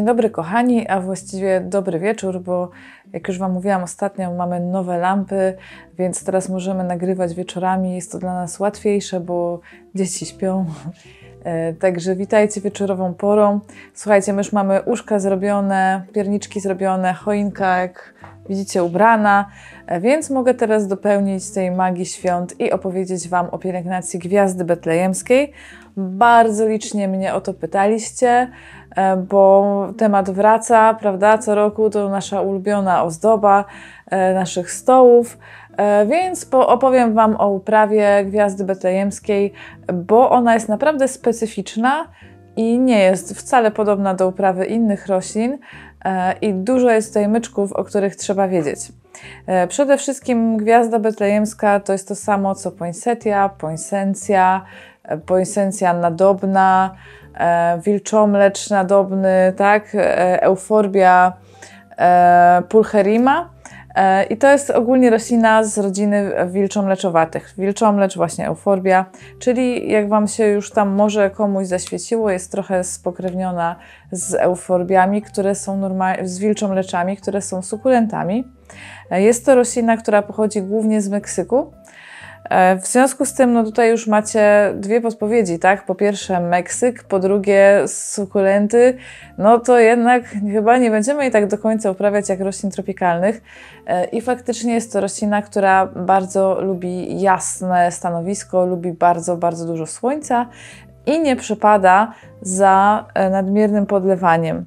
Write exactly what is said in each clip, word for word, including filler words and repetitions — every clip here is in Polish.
dobry kochani, a właściwie dobry wieczór, bo jak już Wam mówiłam ostatnio, mamy nowe lampy, więc teraz możemy nagrywać wieczorami. Jest to dla nas łatwiejsze, bo dzieci śpią. Także witajcie wieczorową porą. Słuchajcie, my już mamy uszka zrobione, pierniczki zrobione, choinka, jak widzicie, ubrana, więc mogę teraz dopełnić tej magii świąt i opowiedzieć Wam o pielęgnacji Gwiazdy Betlejemskiej. Bardzo licznie mnie o to pytaliście, bo temat wraca, prawda? Co roku to nasza ulubiona ozdoba naszych stołów, więc opowiem Wam o uprawie Gwiazdy Betlejemskiej, bo ona jest naprawdę specyficzna i nie jest wcale podobna do uprawy innych roślin i dużo jest tutaj myczków, o których trzeba wiedzieć. Przede wszystkim Gwiazda Betlejemska to jest to samo co poinsettia, poinsencja, poinsencja nadobna, wilczomlecz nadobny, tak? Euforbia pulcherrima. I to jest ogólnie roślina z rodziny wilczomleczowatych. Wilczomlecz, właśnie euforbia, czyli jak Wam się już tam może komuś zaświeciło, jest trochę spokrewniona z euforbiami, które są normalnie, z wilczomleczami, które są sukulentami. Jest to roślina, która pochodzi głównie z Meksyku. W związku z tym, no tutaj już macie dwie podpowiedzi, tak? Po pierwsze Meksyk, po drugie sukulenty, no to jednak chyba nie będziemy jej tak do końca uprawiać jak roślin tropikalnych. I faktycznie jest to roślina, która bardzo lubi jasne stanowisko, lubi bardzo, bardzo dużo słońca i nie przepada za nadmiernym podlewaniem.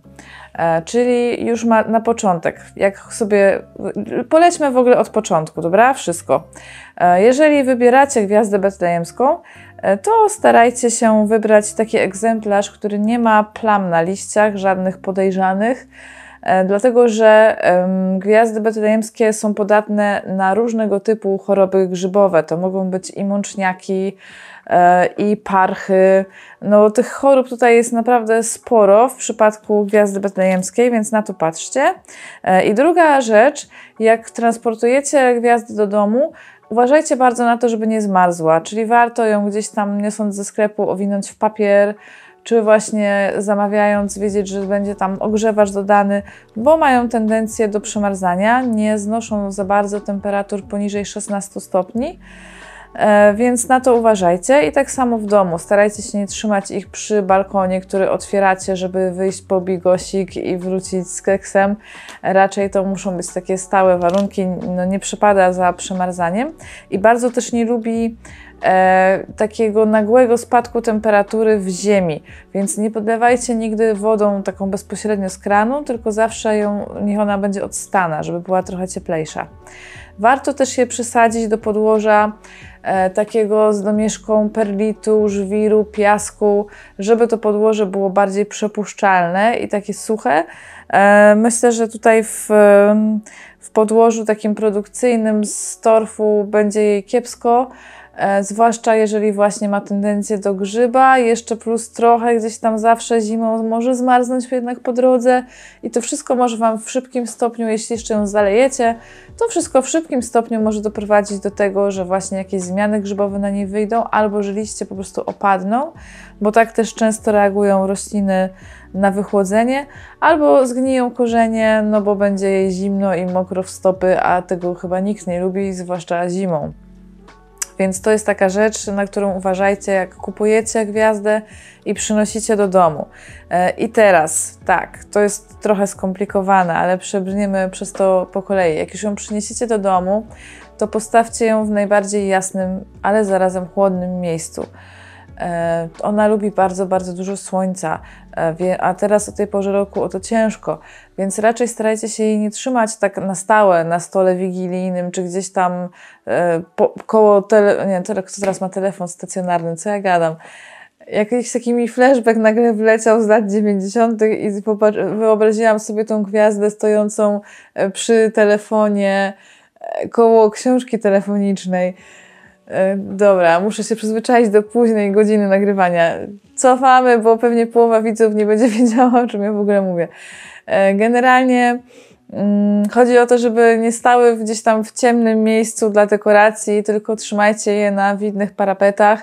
Czyli już ma na początek, jak sobie, polećmy w ogóle od początku, dobra? Wszystko. Jeżeli wybieracie Gwiazdę Betlejemską, to starajcie się wybrać taki egzemplarz, który nie ma plam na liściach, żadnych podejrzanych, dlatego że Gwiazdy Betlejemskie są podatne na różnego typu choroby grzybowe. To mogą być i mączniaki, i parchy. No tych chorób tutaj jest naprawdę sporo w przypadku Gwiazdy Betlejemskiej, więc na to patrzcie. I druga rzecz, jak transportujecie gwiazdę do domu, uważajcie bardzo na to, żeby nie zmarzła, czyli warto ją gdzieś tam niosąc ze sklepu owinąć w papier, czy właśnie zamawiając wiedzieć, że będzie tam ogrzewacz dodany, bo mają tendencję do przemarzania, nie znoszą za bardzo temperatur poniżej szesnastu stopni. Więc na to uważajcie i tak samo w domu. Starajcie się nie trzymać ich przy balkonie, który otwieracie, żeby wyjść po bigosik i wrócić z keksem. Raczej to muszą być takie stałe warunki, no nie przepada za przemarzaniem i bardzo też nie lubi e, takiego nagłego spadku temperatury w ziemi, więc nie podlewajcie nigdy wodą taką bezpośrednio z kranu, tylko zawsze ją, niech ona będzie odstana, żeby była trochę cieplejsza. Warto też je przysadzić do podłoża e, takiego z domieszką perlitu, żwiru, piasku, żeby to podłoże było bardziej przepuszczalne i takie suche. E, myślę, że tutaj w, w podłożu takim produkcyjnym z torfu będzie jej kiepsko, e, zwłaszcza jeżeli właśnie ma tendencję do grzyba, jeszcze plus trochę gdzieś tam zawsze zimą może zmarznąć jednak po drodze i to wszystko może Wam w szybkim stopniu, jeśli jeszcze ją zalejecie, to wszystko w szybkim stopniu może doprowadzić do tego, że właśnie jakieś zmiany grzybowe na niej wyjdą albo że liście po prostu opadną, bo tak też często reagują rośliny na wychłodzenie, albo zgniją korzenie, no bo będzie jej zimno i mokro w stopy, a tego chyba nikt nie lubi, zwłaszcza zimą. Więc to jest taka rzecz, na którą uważajcie, jak kupujecie gwiazdę i przynosicie do domu. I teraz, tak, to jest trochę skomplikowane, ale przebrniemy przez to po kolei. Jak już ją przyniesiecie do domu, to postawcie ją w najbardziej jasnym, ale zarazem chłodnym miejscu. Ona lubi bardzo, bardzo dużo słońca, a teraz o tej porze roku o to ciężko, więc raczej starajcie się jej nie trzymać tak na stałe na stole wigilijnym, czy gdzieś tam po, koło tele, nie, tele, kto teraz ma telefon stacjonarny, co ja gadam. Jakiś taki mi flashback nagle wleciał z lat dziewięćdziesiątych i wyobraziłam sobie tą gwiazdę stojącą przy telefonie koło książki telefonicznej. Dobra, muszę się przyzwyczaić do późnej godziny nagrywania. Cofamy, bo pewnie połowa widzów nie będzie wiedziała, o czym ja w ogóle mówię. Generalnie hmm, chodzi o to, żeby nie stały gdzieś tam w ciemnym miejscu dla dekoracji, tylko trzymajcie je na widnych parapetach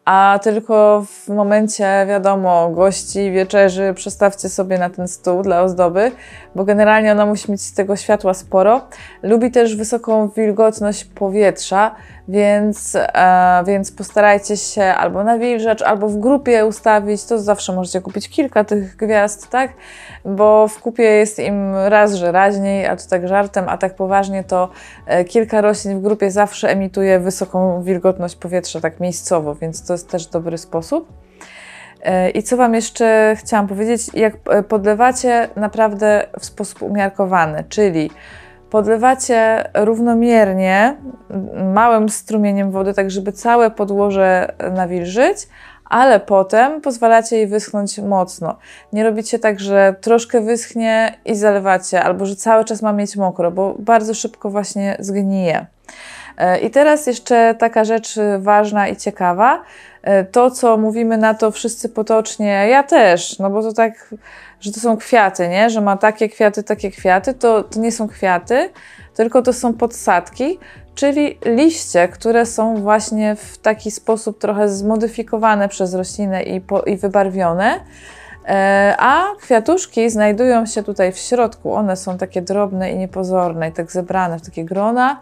a tylko w momencie, wiadomo, gości, wieczerzy przestawcie sobie na ten stół dla ozdoby, bo generalnie ona musi mieć tego światła sporo. Lubi też wysoką wilgotność powietrza, więc, e, więc postarajcie się albo nawilżać, albo w grupie ustawić, to zawsze możecie kupić kilka tych gwiazd, tak? Bo w kupie jest im raz, że raźniej, a to tak żartem, a tak poważnie to e, kilka roślin w grupie zawsze emituje wysoką wilgotność powietrza, tak miejscowo, więc to jest też dobry sposób. E, I co Wam jeszcze chciałam powiedzieć, jak podlewacie naprawdę w sposób umiarkowany, czyli podlewacie równomiernie, małym strumieniem wody, tak żeby całe podłoże nawilżyć, ale potem pozwalacie jej wyschnąć mocno. Nie robicie tak, że troszkę wyschnie i zalewacie, albo że cały czas ma mieć mokro, bo bardzo szybko właśnie zgnije. I teraz jeszcze taka rzecz ważna i ciekawa. To, co mówimy na to wszyscy potocznie, ja też, no bo to tak, że to są kwiaty, nie? Że ma takie kwiaty, takie kwiaty, to, to nie są kwiaty, tylko to są podsadki, czyli liście, które są właśnie w taki sposób trochę zmodyfikowane przez roślinę i, po, i wybarwione, a kwiatuszki znajdują się tutaj w środku. One są takie drobne i niepozorne i tak zebrane w takie grona.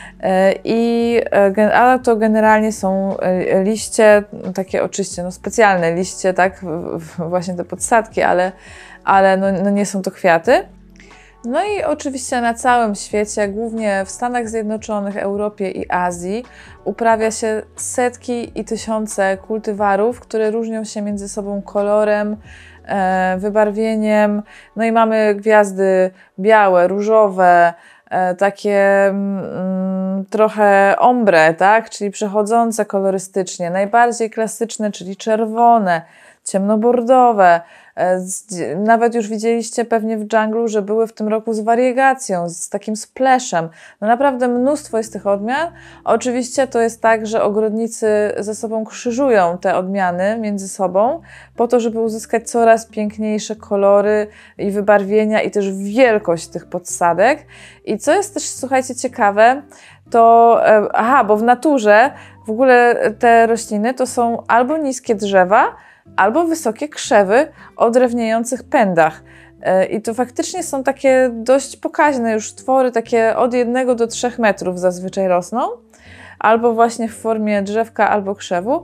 I, ale to generalnie są liście, takie oczywiście no specjalne liście, tak, właśnie te podsadki, ale, ale no, no nie są to kwiaty. No i oczywiście na całym świecie, głównie w Stanach Zjednoczonych, Europie i Azji, uprawia się setki i tysiące kultywarów, które różnią się między sobą kolorem, e, wybarwieniem. No i mamy gwiazdy białe, różowe, e, takie mm, trochę ombre, tak? Czyli przechodzące kolorystycznie. Najbardziej klasyczne, czyli czerwone, ciemnobordowe. Nawet już widzieliście pewnie w dżunglu, że były w tym roku z wariegacją, z takim splashem. No naprawdę mnóstwo jest tych odmian. Oczywiście to jest tak, że ogrodnicy ze sobą krzyżują te odmiany między sobą po to, żeby uzyskać coraz piękniejsze kolory i wybarwienia i też wielkość tych podsadek. I co jest też, słuchajcie, ciekawe, to, aha, bo w naturze w ogóle te rośliny to są albo niskie drzewa, albo wysokie krzewy o drewniejących pędach. I to faktycznie są takie dość pokaźne już twory, takie od jednego do trzech metrów zazwyczaj rosną, albo właśnie w formie drzewka albo krzewu.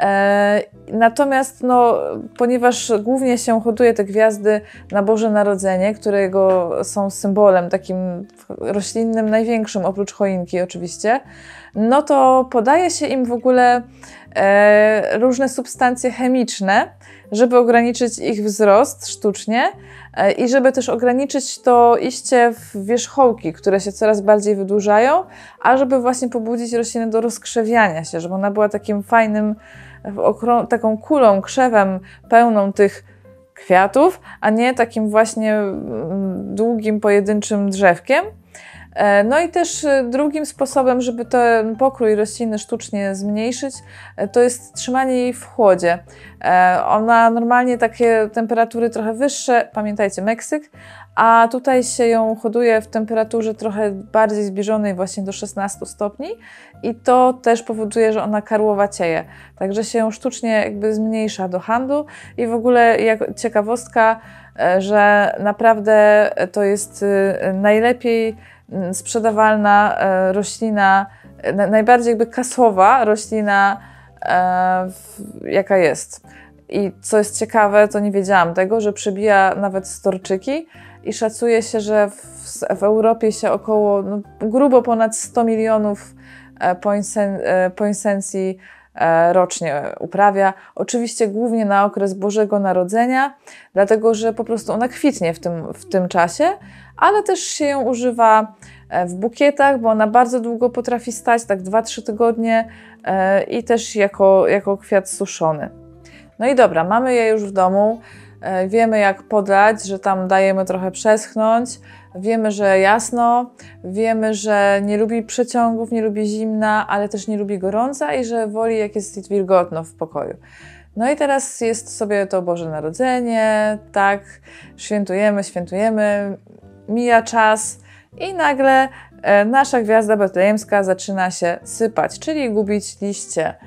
Natomiast no, ponieważ głównie się hoduje te gwiazdy na Boże Narodzenie, którego są symbolem takim roślinnym, największym oprócz choinki oczywiście, no to podaje się im w ogóle e, różne substancje chemiczne, żeby ograniczyć ich wzrost sztucznie e, i żeby też ograniczyć to iście w wierzchołki, które się coraz bardziej wydłużają, a żeby właśnie pobudzić roślinę do rozkrzewiania się, żeby ona była takim fajnym, taką kulą, krzewem pełną tych kwiatów, a nie takim właśnie długim, pojedynczym drzewkiem. No i też drugim sposobem, żeby ten pokrój rośliny sztucznie zmniejszyć, to jest trzymanie jej w chłodzie. Ona normalnie takie temperatury trochę wyższe, pamiętajcie Meksyk, a tutaj się ją hoduje w temperaturze trochę bardziej zbliżonej właśnie do szesnastu stopni i to też powoduje, że ona karłowacieje. Także się ją sztucznie jakby zmniejsza do handlu i w ogóle jak ciekawostka, że naprawdę to jest najlepiej sprzedawalna roślina, najbardziej jakby kasowa roślina, jaka jest. I co jest ciekawe, to nie wiedziałam tego, że przebija nawet storczyki i szacuje się, że w, w Europie się około no, grubo ponad sto milionów poinsencji rocznie uprawia. Oczywiście głównie na okres Bożego Narodzenia, dlatego że po prostu ona kwitnie w tym, w tym czasie, ale też się ją używa w bukietach, bo ona bardzo długo potrafi stać, tak dwa trzy tygodnie i też jako, jako kwiat suszony. No i dobra, mamy je już w domu, wiemy jak podlać, że tam dajemy trochę przeschnąć, wiemy, że jasno, wiemy, że nie lubi przeciągów, nie lubi zimna, ale też nie lubi gorąca i że woli jak jest wilgotno w pokoju. No i teraz jest sobie to Boże Narodzenie, tak, świętujemy, świętujemy, mija czas i nagle nasza gwiazda betlejemska zaczyna się sypać, czyli gubić liście.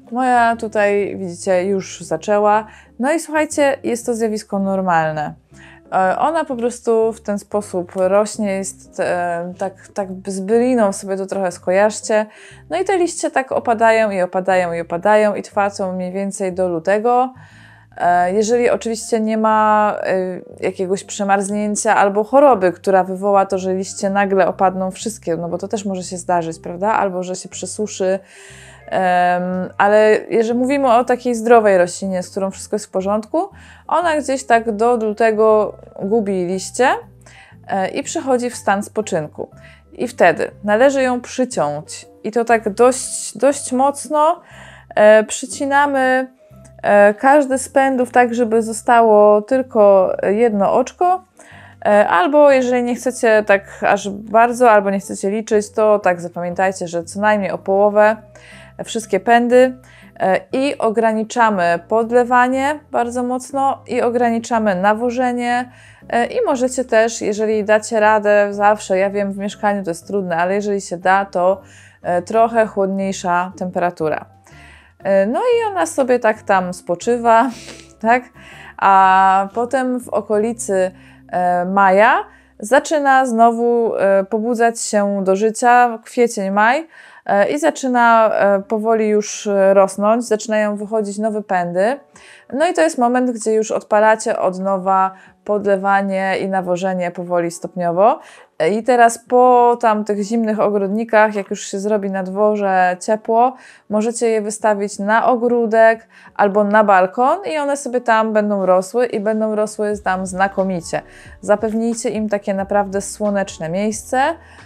Moja tutaj, widzicie, już zaczęła. No i słuchajcie, jest to zjawisko normalne. Ona po prostu w ten sposób rośnie, jest e, tak, tak z byliną, sobie to trochę skojarzcie. No i te liście tak opadają i opadają i opadają i trwa to mniej więcej do lutego. E, jeżeli oczywiście nie ma e, jakiegoś przemarznięcia albo choroby, która wywoła to, że liście nagle opadną wszystkie, no bo to też może się zdarzyć, prawda? Albo że się przesuszy. Um, ale jeżeli mówimy o takiej zdrowej roślinie, z którą wszystko jest w porządku, ona gdzieś tak do lutego gubi liście e, i przychodzi w stan spoczynku. I wtedy należy ją przyciąć i to tak dość, dość mocno e, przycinamy e, każdy z pędów tak, żeby zostało tylko jedno oczko. E, albo jeżeli nie chcecie tak aż bardzo, albo nie chcecie liczyć, to tak zapamiętajcie, że co najmniej o połowę wszystkie pędy i ograniczamy podlewanie bardzo mocno i ograniczamy nawożenie i możecie też, jeżeli dacie radę, zawsze, ja wiem, w mieszkaniu to jest trudne, ale jeżeli się da, to trochę chłodniejsza temperatura. No i ona sobie tak tam spoczywa, tak? A potem w okolicy maja zaczyna znowu pobudzać się do życia, kwiecień, maj, i zaczyna powoli już rosnąć, zaczynają wychodzić nowe pędy. No i to jest moment, gdzie już odpalacie od nowa podlewanie i nawożenie powoli stopniowo. I teraz po tam tych zimnych ogrodnikach, jak już się zrobi na dworze ciepło, możecie je wystawić na ogródek albo na balkon i one sobie tam będą rosły i będą rosły tam znakomicie. Zapewnijcie im takie naprawdę słoneczne miejsce.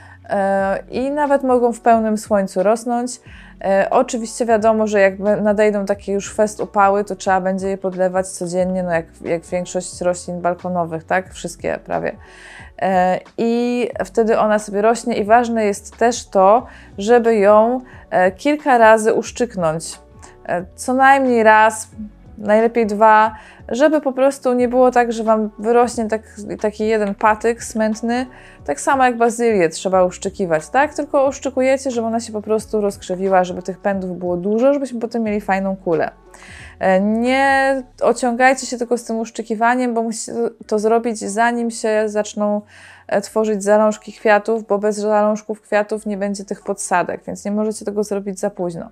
I nawet mogą w pełnym słońcu rosnąć. E, oczywiście wiadomo, że jak nadejdą takie już fest upały, to trzeba będzie je podlewać codziennie, no jak, jak większość roślin balkonowych, tak? Wszystkie prawie. E, I wtedy ona sobie rośnie i ważne jest też to, żeby ją e, kilka razy uszczyknąć. E, co najmniej raz, najlepiej dwa, żeby po prostu nie było tak, że Wam wyrośnie tak, taki jeden patyk smętny, tak samo jak bazylię trzeba uszczykiwać, tak? Tylko uszczykujecie, żeby ona się po prostu rozkrzewiła, żeby tych pędów było dużo, żebyśmy potem mieli fajną kulę. Nie ociągajcie się tylko z tym uszczykiwaniem, bo musicie to zrobić zanim się zaczną tworzyć zalążki kwiatów, bo bez zalążków kwiatów nie będzie tych podsadek, więc nie możecie tego zrobić za późno.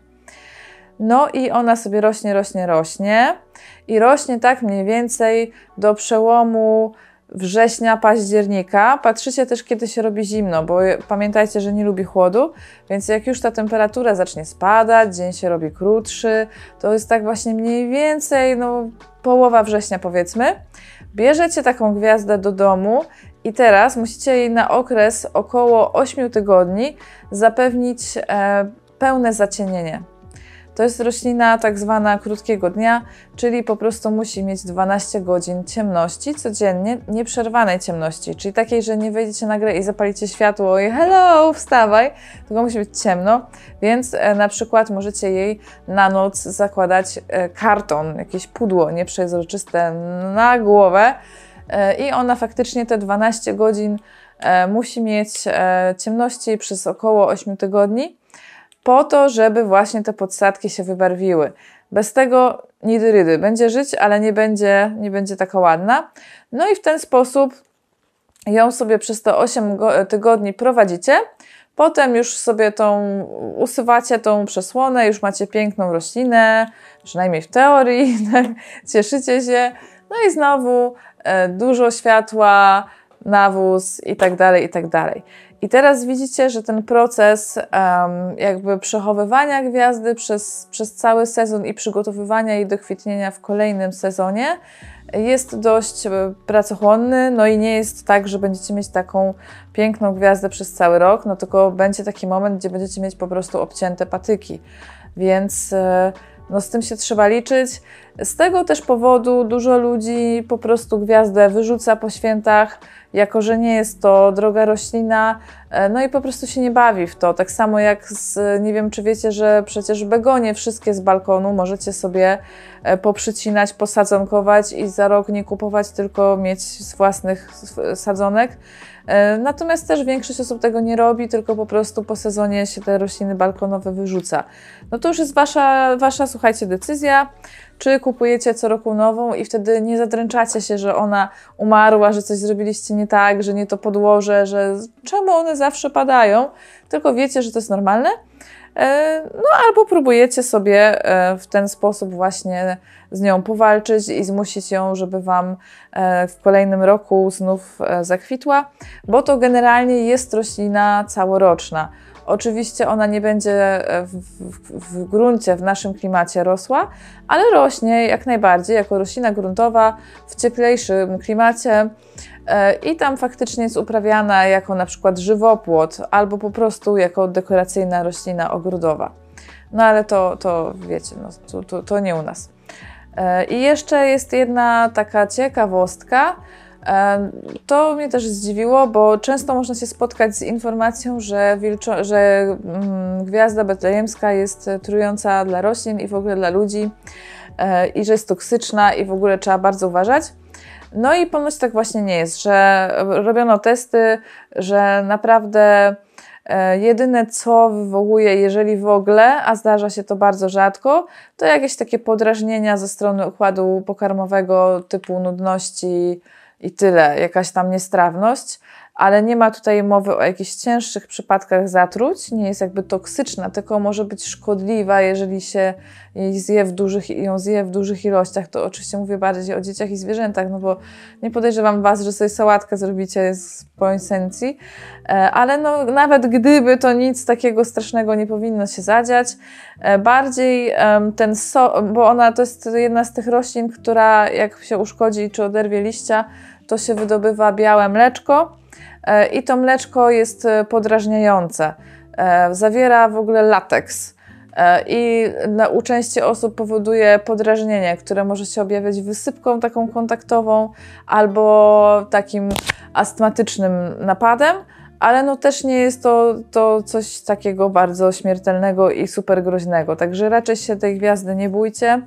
No i ona sobie rośnie, rośnie, rośnie i rośnie tak mniej więcej do przełomu września, października. Patrzycie też, kiedy się robi zimno, bo pamiętajcie, że nie lubi chłodu, więc jak już ta temperatura zacznie spadać, dzień się robi krótszy, to jest tak właśnie mniej więcej no, połowa września powiedzmy. Bierzecie taką gwiazdę do domu i teraz musicie jej na okres około ośmiu tygodni zapewnić e, pełne zacienienie. To jest roślina tak zwana krótkiego dnia, czyli po prostu musi mieć dwanaście godzin ciemności codziennie, nieprzerwanej ciemności, czyli takiej, że nie wejdziecie nagle i zapalicie światło i hello, wstawaj, tylko musi być ciemno, więc e, na przykład możecie jej na noc zakładać e, karton, jakieś pudło nieprzezroczyste na głowę e, i ona faktycznie te dwanaście godzin e, musi mieć e, ciemności przez około ośmiu tygodni, po to, żeby właśnie te podsadki się wybarwiły. Bez tego nidyrydy. Będzie żyć, ale nie będzie, nie będzie taka ładna. No i w ten sposób ją sobie przez te osiem tygodni prowadzicie. Potem już sobie tą usuwacie tą przesłonę, już macie piękną roślinę, przynajmniej w teorii, cieszycie się. No i znowu e, dużo światła, nawóz i tak dalej, i tak dalej. I teraz widzicie, że ten proces um, jakby przechowywania gwiazdy przez, przez cały sezon i przygotowywania jej do kwitnienia w kolejnym sezonie jest dość pracochłonny, no i nie jest tak, że będziecie mieć taką piękną gwiazdę przez cały rok, no tylko będzie taki moment, gdzie będziecie mieć po prostu obcięte patyki, więc no z tym się trzeba liczyć. Z tego też powodu dużo ludzi po prostu gwiazdę wyrzuca po świętach jako że nie jest to droga roślina, no i po prostu się nie bawi w to. Tak samo jak z, nie wiem czy wiecie, że przecież begonie wszystkie z balkonu możecie sobie poprzycinać, posadzonkować i za rok nie kupować, tylko mieć z własnych sadzonek. Natomiast też większość osób tego nie robi, tylko po prostu po sezonie się te rośliny balkonowe wyrzuca. No to już jest wasza, wasza słuchajcie, decyzja, czy kupujecie co roku nową i wtedy nie zadręczacie się, że ona umarła, że coś zrobiliście nie tak, że nie to podłoże, że czemu one zawsze padają, tylko wiecie, że to jest normalne. No albo próbujecie sobie w ten sposób właśnie z nią powalczyć i zmusić ją, żeby Wam w kolejnym roku znów zakwitła, bo to generalnie jest roślina całoroczna. Oczywiście ona nie będzie w, w, w gruncie, w naszym klimacie rosła, ale rośnie jak najbardziej jako roślina gruntowa w cieplejszym klimacie i tam faktycznie jest uprawiana jako na przykład żywopłot albo po prostu jako dekoracyjna roślina ogrodowa. No ale to, to wiecie, no, to, to, to nie u nas. I jeszcze jest jedna taka ciekawostka. To mnie też zdziwiło, bo często można się spotkać z informacją, że, wilczo, że mm, gwiazda betlejemska jest trująca dla roślin i w ogóle dla ludzi i że jest toksyczna i w ogóle trzeba bardzo uważać. No i ponoć tak właśnie nie jest, że robiono testy, że naprawdę jedyne co wywołuje, jeżeli w ogóle, a zdarza się to bardzo rzadko, to jakieś takie podrażnienia ze strony układu pokarmowego typu nudności i tyle, jakaś tam niestrawność, ale nie ma tutaj mowy o jakichś cięższych przypadkach zatruć, nie jest jakby toksyczna, tylko może być szkodliwa, jeżeli się jej zje w dużych, ją zje w dużych ilościach. To oczywiście mówię bardziej o dzieciach i zwierzętach, no bo nie podejrzewam Was, że sobie sałatkę zrobicie z poinsencji, ale no, nawet gdyby, to nic takiego strasznego nie powinno się zadziać. Bardziej ten so, bo ona to jest jedna z tych roślin, która jak się uszkodzi czy oderwie liścia, to się wydobywa białe mleczko i to mleczko jest podrażniające. Zawiera w ogóle lateks i u części osób powoduje podrażnienie, które może się objawiać wysypką taką kontaktową albo takim astmatycznym napadem, ale no też nie jest to, to coś takiego bardzo śmiertelnego i super groźnego, także raczej się tej gwiazdy nie bójcie.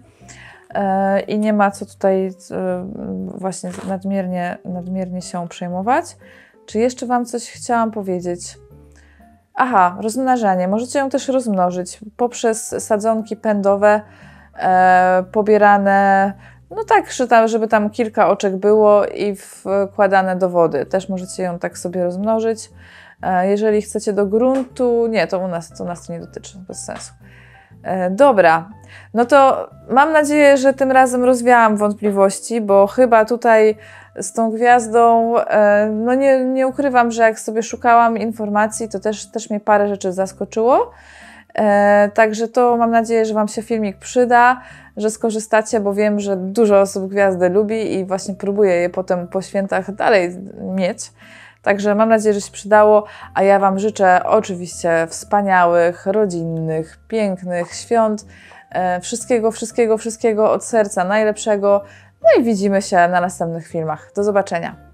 I nie ma co tutaj właśnie nadmiernie, nadmiernie się przejmować. Czy jeszcze Wam coś chciałam powiedzieć? Aha, rozmnażanie. Możecie ją też rozmnożyć poprzez sadzonki pędowe e, pobierane, no tak, że tam, żeby tam kilka oczek było i wkładane do wody. Też możecie ją tak sobie rozmnożyć. E, jeżeli chcecie do gruntu, nie, to u nas to, nas to nie dotyczy, bez sensu. Dobra, no to mam nadzieję, że tym razem rozwiałam wątpliwości, bo chyba tutaj z tą gwiazdą, no nie, nie ukrywam, że jak sobie szukałam informacji, to też, też mnie parę rzeczy zaskoczyło. Także to mam nadzieję, że Wam się filmik przyda, że skorzystacie, bo wiem, że dużo osób gwiazdy lubi i właśnie próbuje je potem po świętach dalej mieć. Także mam nadzieję, że się przydało, a ja Wam życzę oczywiście wspaniałych, rodzinnych, pięknych świąt, e, wszystkiego, wszystkiego, wszystkiego od serca najlepszego. No i widzimy się na następnych filmach. Do zobaczenia.